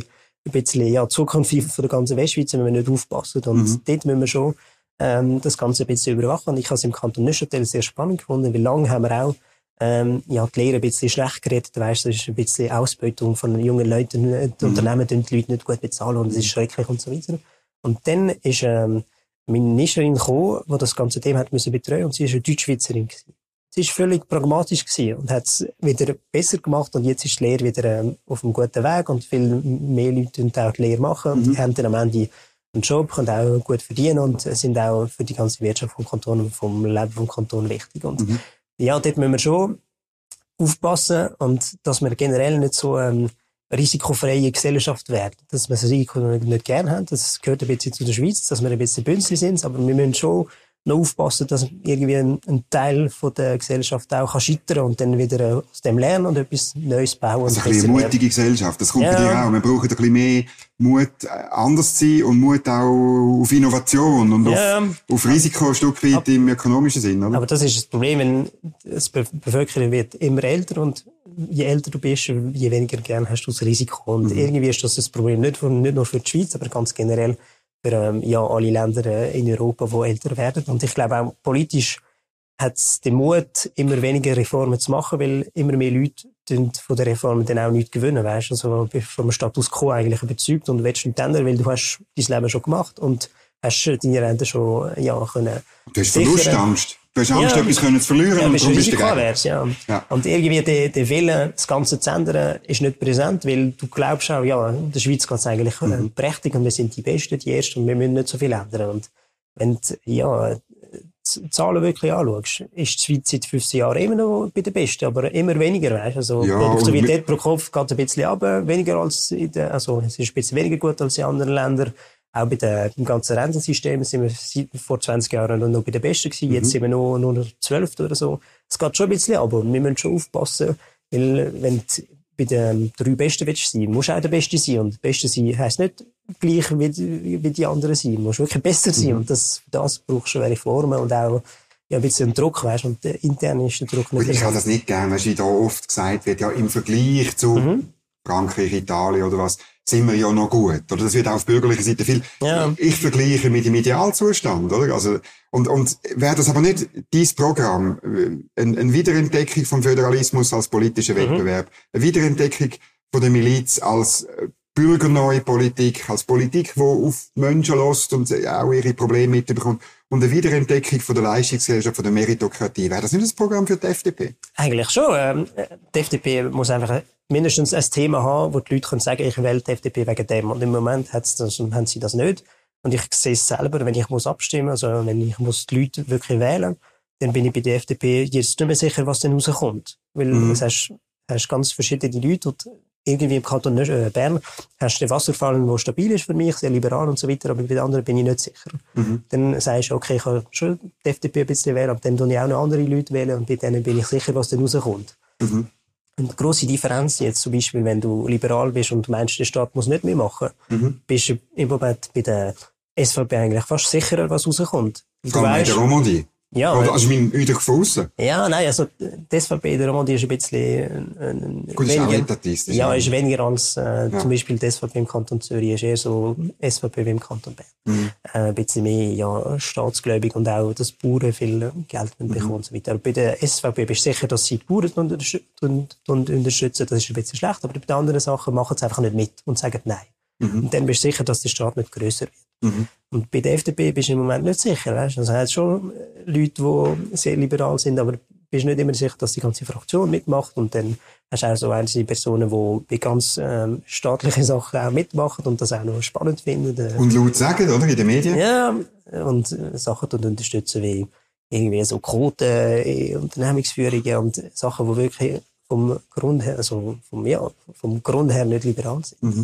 ein bisschen, ja, die Zukunft von der ganzen Westschweiz, wenn wir nicht aufpassen. Und mhm. dort müssen wir schon, ähm, das Ganze ein bisschen überwachen. Und ich habe es im Kanton Neuchâtel sehr spannend gefunden, weil lange haben wir auch, ähm, ja, die Lehre ein bisschen schlecht geredet. Du weißt, das ist ein bisschen Ausbeutung von jungen Leuten. Die mhm. Unternehmen tun die Leute nicht gut bezahlen und es ist schrecklich und so weiter. Und dann ist, ähm, meine Ministerin gekommen, die das ganze Thema hat müssen betreuen, und sie ist eine Deutschschweizerin gewesen. Sie ist völlig pragmatisch gewesen und hat es wieder besser gemacht, und jetzt ist die Lehre wieder ähm, auf einem guten Weg und viel mehr Leute können auch die Lehre machen und mhm. die haben dann am Ende einen Job, können auch gut verdienen und sind auch für die ganze Wirtschaft vom Kanton und vom Leben vom Kanton wichtig. Und mhm. ja, dort müssen wir schon aufpassen, und dass wir generell nicht so ähm, risikofreie Gesellschaft werden. Dass wir das Risiko nicht gern haben. Das gehört ein bisschen zu der Schweiz, dass wir ein bisschen bünzli sind, aber wir müssen schon noch aufpassen, dass irgendwie ein, ein Teil von der Gesellschaft auch kann scheitern und dann wieder aus dem lernen und etwas Neues bauen. Also ein bisschen eine mutige Gesellschaft. Das kommt ja. bei dir auch. Wir brauchen ein bisschen mehr Mut, anders zu sein, und Mut auch auf Innovation und ja. auf, auf Risiko ein Stück weit aber, im ökonomischen Sinn, oder? Aber das ist das Problem, wenn die Bevölkerung wird immer älter, und je älter du bist, je weniger gern hast du das Risiko. Und mhm. irgendwie ist das das Problem nicht, für, nicht nur für die Schweiz, aber ganz generell für ähm, ja, alle Länder äh, in Europa, die älter werden. Und ich glaube auch politisch hat es den Mut, immer weniger Reformen zu machen, weil immer mehr Leute von den Reformen dann auch nichts gewinnen, weißt du. Also bist vom Status quo eigentlich überzeugt und willst nicht ändern, weil du hast dein Leben schon gemacht und hast deine Rente schon, ja, können. Du hast Verlustangst. Du hast Angst, ja, etwas können zu verlieren, ja, und bist darum bist du dagegen. Ja. ja. Und irgendwie der, der Wille, das Ganze zu ändern, ist nicht präsent, weil du glaubst auch, ja, in der Schweiz geht es eigentlich mhm. prächtig und wir sind die Besten, die Ersten, und wir müssen nicht so viel ändern. Und wenn du, ja, die Zahlen wirklich anschaust, ist die Schweiz seit fünfzehn Jahren immer noch bei den Besten, aber immer weniger, weißt du. Also, ja, Produktivität pro Kopf geht ein bisschen runter, weniger als in der, also, es ist ein bisschen weniger gut als in anderen Ländern. Auch bei der, im ganzen Rentensystem sind wir seit vor zwanzig Jahren noch bei den Besten gewesen. Mhm. Jetzt sind wir noch, noch der Zwölfte oder so. Es geht schon ein bisschen, aber wir müssen schon aufpassen, weil, wenn du bei den drei Besten willst sein, musst du auch der Beste sein. Und der Beste sein heisst nicht gleich wie, wie die anderen sein. Du musst wirklich besser sein. Mhm. Und das, das brauchst du Reformen und auch, ja, ein bisschen Druck, weißt du, und der interne ist der Druck nicht. Und ich habe das nicht gern, weil wie da oft gesagt wird, ja, im Vergleich zu mhm. Frankreich, Italien oder was, sind wir ja noch gut. Oder das wird auch auf bürgerlicher Seite viel. Ja. Ich vergleiche mit dem Idealzustand, oder? Also, und, und wäre das aber nicht dieses Programm, eine, eine Wiederentdeckung vom Föderalismus als politischer Wettbewerb, mhm. eine Wiederentdeckung von der Miliz als bürgerneue Politik, als Politik, die auf die Menschen lässt und auch ihre Probleme mitbekommt, und eine Wiederentdeckung von der Leistungsgesellschaft, von der Meritokratie. Wäre das nicht das Programm für die F D P? Eigentlich schon. Ähm, die F D P muss einfach mindestens ein Thema haben, wo die Leute können sagen, ich wähle die F D P wegen dem. Und im Moment hat's das, haben sie das nicht. Und ich sehe es selber, wenn ich muss abstimmen, also wenn ich muss die Leute wirklich wählen, dann bin ich bei der F D P jetzt nicht mehr sicher, was dann rauskommt. Weil mhm. du hast, hast ganz verschiedene Leute, und irgendwie im Kanton Bern hast du den Wasserfall, der stabil ist für mich, sehr liberal und so weiter, aber bei den anderen bin ich nicht sicher. Mhm. Dann sagst du, okay, ich kann schon die F D P ein bisschen wählen, aber dann tue ich auch noch andere Leute wählen, und bei denen bin ich sicher, was dann rauskommt. Mhm. Und die grosse Differenz jetzt zum Beispiel, wenn du liberal bist und meinst, der Staat muss nicht mehr machen, mhm. bist du im Moment bei der S V P eigentlich fast sicherer, was rauskommt. Vor allem bei der Romandie. Ja. Oder, also, ich meine, von aussen. Ja, nein, also, die S V P in der Romandie ist ein bisschen, äh, Gut, weniger, ist auch etatistisch. Ja, ist weniger als, äh, ja. zum Beispiel die S V P im Kanton Zürich, ist eher so S V P wie im Kanton Bern. Mhm. Äh, ein bisschen mehr, ja, staatsgläubig, und auch, dass die Bauern viel Geld mhm. bekommen und so weiter. Aber bei der S V P bist du sicher, dass sie die Bauern unterstützen, und, und unterstützen. Das ist ein bisschen schlecht, aber bei den anderen Sachen machen sie einfach nicht mit und sagen nein. Mhm. Und dann bist du sicher, dass der Staat nicht grösser wird. Mhm. Und bei der F D P bist du im Moment nicht sicher, weißt du? Also, es hat schon Leute, die sehr liberal sind, aber bist nicht immer sicher, dass die ganze Fraktion mitmacht. Und dann hast du auch so einzelne Personen, die bei ganz ähm, staatlichen Sachen auch mitmachen und das auch noch spannend finden. Äh, und laut sagen, oder? In den Medien? Ja, und äh, Sachen unterstützen wie irgendwie so Quoten, äh, Unternehmensführungen und Sachen, die wirklich vom Grund her, also vom, ja, vom Grund her nicht liberal sind. Mhm.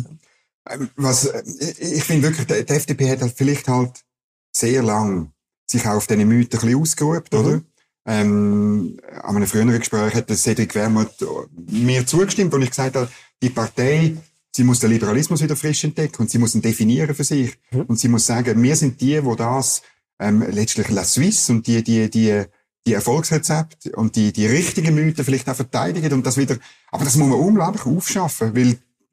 Was, ich finde wirklich, die F D P hat halt vielleicht halt sehr lang sich auf diese Mythen ein bisschen ausgeruht, mhm. oder? Ähm, an einem früheren Gespräch hat der Cedric Wermuth mir zugestimmt, und ich gesagt habe, die Partei, sie muss den Liberalismus wieder frisch entdecken und sie muss ihn definieren für sich. Mhm. Und sie muss sagen, wir sind die, die das, ähm, letztlich La Suisse und die, die, die, die Erfolgsrezepte und die, die richtigen Mythen vielleicht auch verteidigen und das wieder, aber das muss man unglaublich aufschaffen, weil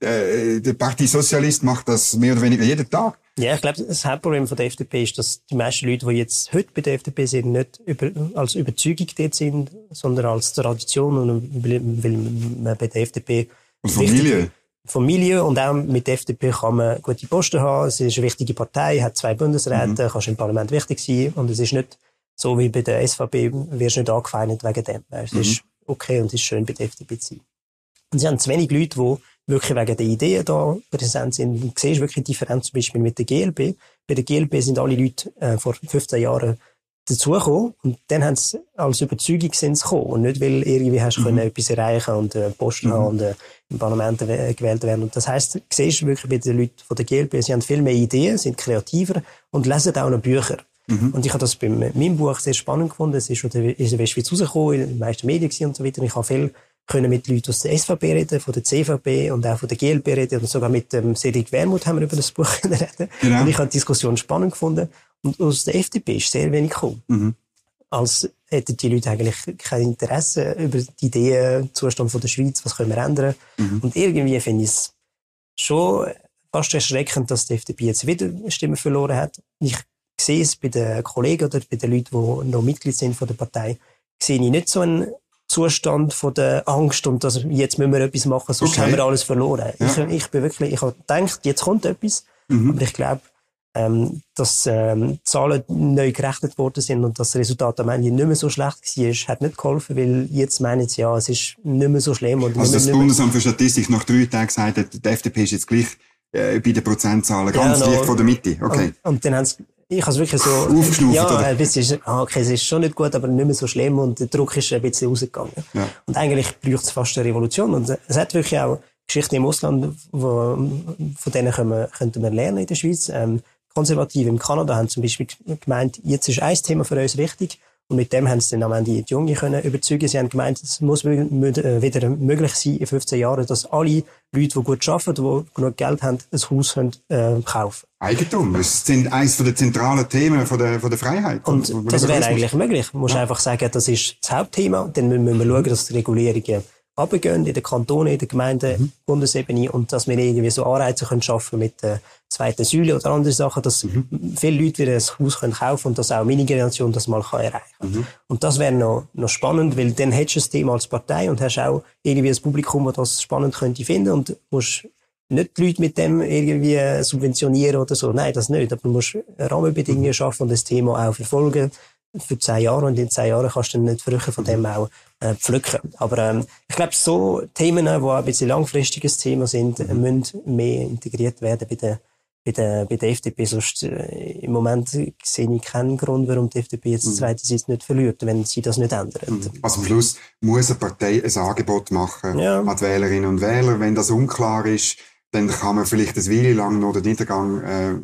äh, der Parti Sozialist macht das mehr oder weniger jeden Tag. Ja, ich glaube, das Hauptproblem von der F D P ist, dass die meisten Leute, die jetzt heute bei der F D P sind, nicht über, als Überzeugung dort sind, sondern als Tradition und weil, weil man bei der F D P und Familie. Familie und auch mit der F D P kann man gute Posten haben. Es ist eine wichtige Partei, hat zwei Bundesräte, mhm. kannst im Parlament wichtig sein und es ist nicht so wie bei der S V P, wirst du nicht angefeindet wegen dem. Es mhm. ist okay und es ist schön bei der F D P zu sein. Und sie haben zu wenig Leute, die wirklich wegen der Ideen da präsent sind. Du siehst wirklich die Differenz zum Beispiel mit der G L P. Bei der G L P sind alle Leute äh, vor fünfzehn Jahren dazugekommen und dann haben sie als Überzeugung sind sie gekommen und nicht, weil irgendwie hast du mhm. können etwas erreichen und äh, Posten mhm. haben und äh, im Parlament äh, gewählt werden. Und das heisst, du siehst wirklich bei den Leuten von der G L P, sie haben viel mehr Ideen, sind kreativer und lesen auch noch Bücher. Mhm. Und ich habe das bei meinem Buch sehr spannend gefunden. Es ist in der Westschweiz rausgekommen, in den meisten Medien und so weiter. Ich habe viel können mit Leuten aus der S V P reden, von der C V P und auch von der G L P reden und sogar mit dem ähm, Cedric Wermuth haben wir über das Buch reden. Genau. Und ich habe die Diskussion spannend gefunden. Und aus der F D P ist sehr wenig gekommen. Mhm. Als hätten die Leute eigentlich kein Interesse über die Ideen, Zustand von der Schweiz, was können wir ändern. Mhm. Und irgendwie finde ich es schon fast erschreckend, dass die F D P jetzt wieder Stimmen verloren hat. Ich sehe es bei den Kollegen oder bei den Leuten, die noch Mitglied sind von der Partei, sehe ich nicht so einen Zustand von der Angst und dass jetzt müssen wir etwas machen, sonst okay. haben wir alles verloren. Ja. Ich, ich bin wirklich, ich habe gedacht, jetzt kommt etwas, mhm. aber ich glaube, ähm, dass ähm, Zahlen neu gerechnet worden sind und das Resultat am Ende nicht mehr so schlecht war, hat nicht geholfen, weil jetzt meinen sie, ja, es ist nicht mehr so schlimm. Und also das Bundesamt für Statistik nach drei Tagen gesagt hat, die F D P ist jetzt gleich äh, bei den Prozentzahlen ganz ja, no. leicht von der Mitte. Okay. Und, und dann haben sie ich habe es wirklich so, aufgeschnauft, ja, oder? Ein bisschen, okay, es ist schon nicht gut, aber nicht mehr so schlimm und der Druck ist ein bisschen rausgegangen. Ja. Und eigentlich braucht es fast eine Revolution und es hat wirklich auch Geschichten im Ausland, wo, von denen können wir, könnten wir lernen in der Schweiz. Ähm, Konservative in Kanada haben zum Beispiel gemeint, jetzt ist ein Thema für uns wichtig. Und mit dem haben sie dann am Ende die Jungen können überzeugen. Sie haben gemeint, es muss wieder möglich sein in fünfzehn Jahren, dass alle Leute, die gut arbeiten, die genug Geld haben, ein Haus können, äh, kaufen. Eigentum. Das sind eines der zentralen Themen von der, von der Freiheit. Und von, von das wäre eigentlich möglich. Du musst ja. einfach sagen, das ist das Hauptthema. Dann müssen wir schauen, dass die Regulierungen runtergehen in den Kantonen, in den Gemeinden, mhm. Bundesebene und dass wir irgendwie so Anreize können schaffen mit der zweiten Säule oder andere Sachen, dass mhm. viele Leute wieder ein Haus können kaufen und dass auch meine Generation das mal kann erreichen kann. Mhm. Und das wäre noch, noch spannend, weil dann hättest du das Thema als Partei und hast auch irgendwie ein Publikum, das das spannend könnte finden und musst nicht die Leute mit dem irgendwie subventionieren oder so. Nein, das nicht. Aber du musst Rahmenbedingungen mhm. schaffen und das Thema auch verfolgen für zehn Jahre und in zehn Jahren kannst du dann nicht Früchte von dem auch äh, pflücken. Aber ähm, ich glaube, so Themen, die auch ein bisschen langfristiges Thema sind, äh, müssen mehr integriert werden bei der, bei der, bei der F D P. Sonst äh, im Moment sehe ich keinen Grund, warum die F D P jetzt die zweite Sitz nicht verliert, wenn sie das nicht ändern. Also am Schluss muss eine Partei ein Angebot machen ja. an die Wählerinnen und Wähler. Wenn das unklar ist, dann kann man vielleicht eine Weile lang noch den Niedergang äh,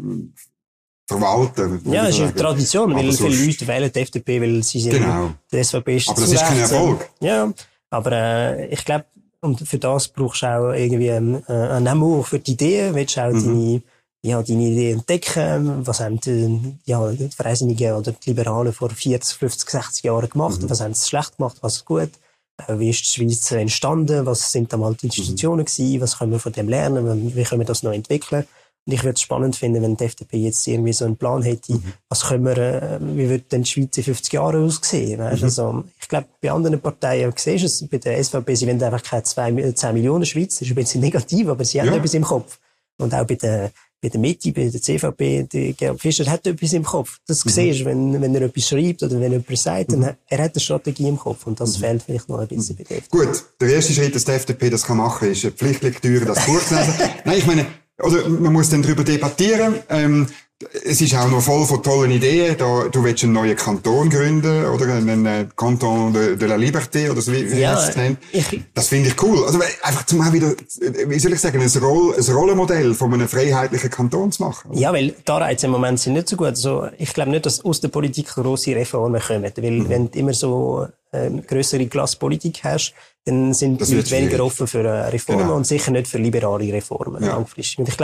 verwalten. Ja, es ist eine Tradition, weil viele Leute wählen die F D P, weil sie sind genau. der S V P ist aber das ist kein Erfolg. Ja, aber äh, ich glaube, und für das brauchst du auch irgendwie äh, ein Amour für die Ideen, willst du auch mhm. deine, ja, deine Ideen entdecken, was haben die, ja, die Freisinnigen oder die Liberalen vor vierzig, fünfzig, sechzig Jahren gemacht, mhm. was haben sie schlecht gemacht, was ist gut, äh, wie ist die Schweiz entstanden, was sind da mal die Institutionen mhm. gewesen, was können wir von dem lernen, wie können wir das noch entwickeln. Und ich würde es spannend finden, wenn die F D P jetzt irgendwie so einen Plan hätte, mhm. was können wir, äh, wie wird denn die Schweiz in fünfzig Jahren aussehen? Weißt? Mhm. Also, ich glaube, bei anderen Parteien, siehst du es, bei der S V P, sie wollen einfach keine zwei, zehn Millionen Schweiz, das ist ein bisschen negativ, aber sie ja. haben etwas im Kopf. Und auch bei der, bei der Mitte, bei der C V P, der Gerhard Fischer hat etwas im Kopf. Das mhm. siehst du, wenn, wenn er etwas schreibt oder wenn jemand sagt, mhm. dann, er hat eine Strategie im Kopf und das mhm. fehlt vielleicht noch ein bisschen mhm. bei der F D P. Gut, der erste Schritt, dass die F D P das kann machen kann, ist eine Pflichtlektüre, das Buch zu lesen. Nein, ich meine, oder man muss dann darüber debattieren. Ähm, es ist auch noch voll von tollen Ideen. Da, du willst einen neuen Kanton gründen, oder einen äh, Kanton de, de la Liberté, oder so, wie, wie ja, heißt es denn? Ich, das finde ich cool. Also einfach zum auch wieder, wie soll ich sagen, ein, Roll, ein Rollenmodell von einem freiheitlichen Kanton zu machen. Oder? Ja, weil die Anreize im Moment sind nicht so gut. Also, ich glaube nicht, dass aus der Politik grosse Reformen kommen. Weil, mhm. wenn du immer so ähm, grössere Klasspolitik hast, dann sind die Leute weniger offen für äh, Reformen genau. und sicher nicht für liberale Reformen ja. langfristig. Und ich glaube,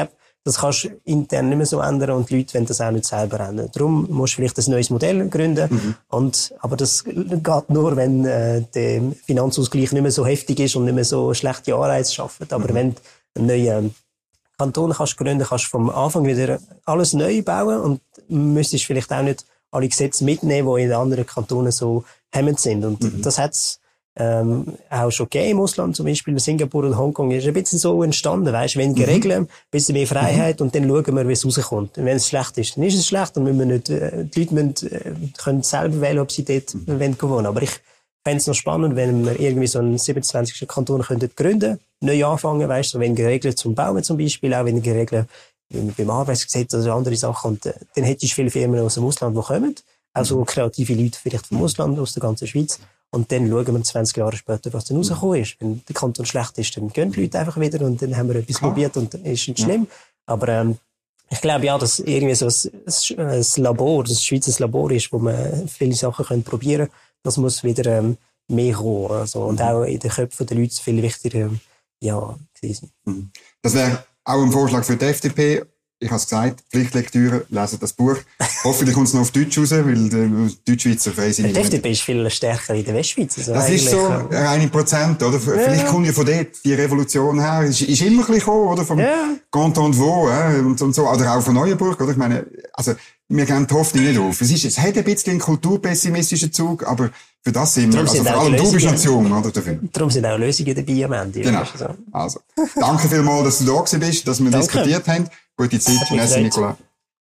das kannst du intern nicht mehr so ändern und die Leute wollen das auch nicht selber ändern. Darum musst du vielleicht ein neues Modell gründen. Mhm. Und, aber das geht nur, wenn äh, der Finanzausgleich nicht mehr so heftig ist und nicht mehr so schlechte Anreize schafft. Aber mhm. wenn du einen neuen Kanton kannst gründen, kannst du vom Anfang wieder alles neu bauen und müsstest vielleicht auch nicht alle Gesetze mitnehmen, die in anderen Kantonen so hemmend sind. Und mhm. das hat's ähm, auch schon gegeben im Ausland, zum Beispiel Singapur oder Hongkong, ist ein bisschen so entstanden, weißt, weniger mhm. Regeln, ein bisschen mehr Freiheit mhm. und dann schauen wir, wie es rauskommt. Und wenn es schlecht ist, dann ist es schlecht, dann müssen wir nicht, äh, die Leute müssen, äh, können selber wählen, ob sie dort mhm. wollen gewonnen. Aber ich fände es noch spannend, wenn wir irgendwie so einen siebenundzwanzigsten Kanton könnten gründen, neu anfangen, weißt, so weniger Regeln zum Bauen zum Beispiel, auch weniger Regeln beim Arbeitsgesetz oder andere Sachen. Und äh, dann hättest du viele Firmen aus dem Ausland, die kommen, auch so kreative Leute vielleicht vom Ausland, aus der ganzen Schweiz. Und dann schauen wir zwanzig Jahre später, was dann rausgekommen ist. Wenn der Kanton schlecht ist, dann gehen die Leute einfach wieder und dann haben wir etwas probiert und dann ist nicht schlimm. Aber ähm, ich glaube ja, dass irgendwie so ein, ein Labor, das Schweizer Labor ist, wo man viele Sachen können probieren können, das muss wieder ähm, mehr kommen. Also, und auch in den Köpfen der Leute viel wichtiger ähm, ja, gewesen. Das wäre auch ein Vorschlag für die F D P. Ich habe es gesagt, Pflichtlektüre, lesen das Buch. Hoffentlich kommt es noch auf Deutsch raus, weil die Deutschschweizer weiss ich nicht. Die F D P ist viel stärker in der Westschweiz. Also das ist so, reine Prozent, oder? Ja. Vielleicht kommt ja von dort die Revolution her. Ist, ist immer ein bisschen gekommen, oder? Vom ja. Canton de Vaud, äh, und, und so. Oder auch von Neuenburg, oder? Ich meine, also, wir geben die Hoffnung nicht auf. Es ist, es hat ein bisschen einen kulturpessimistischen Zug, aber für das sind wir, also vor allem du bist Nation, oder? Dafür. Darum sind auch Lösungen dabei am Ende. Genau. So. Also. Danke vielmals, dass du da gewesen bist, dass wir Danke. diskutiert haben. Gute Zeit, merci Nicola.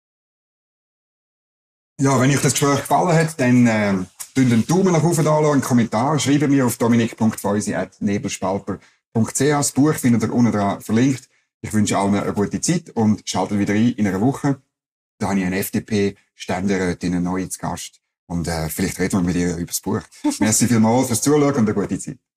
Ja, wenn euch das Gespräch gefallen hat, dann äh, tun einen Daumen nach oben da, einen Kommentar, schreiben mir auf dominik punkt feusi at nebelspalper punkt c h. Das Buch findet ihr unten dran verlinkt. Ich wünsche allen eine gute Zeit und schaltet wieder ein in einer Woche. Da habe ich eine F D P-Ständerätin neu zu Gast und äh, vielleicht reden wir mit ihr über das Buch. Merci vielmals fürs Zuschauen und eine gute Zeit.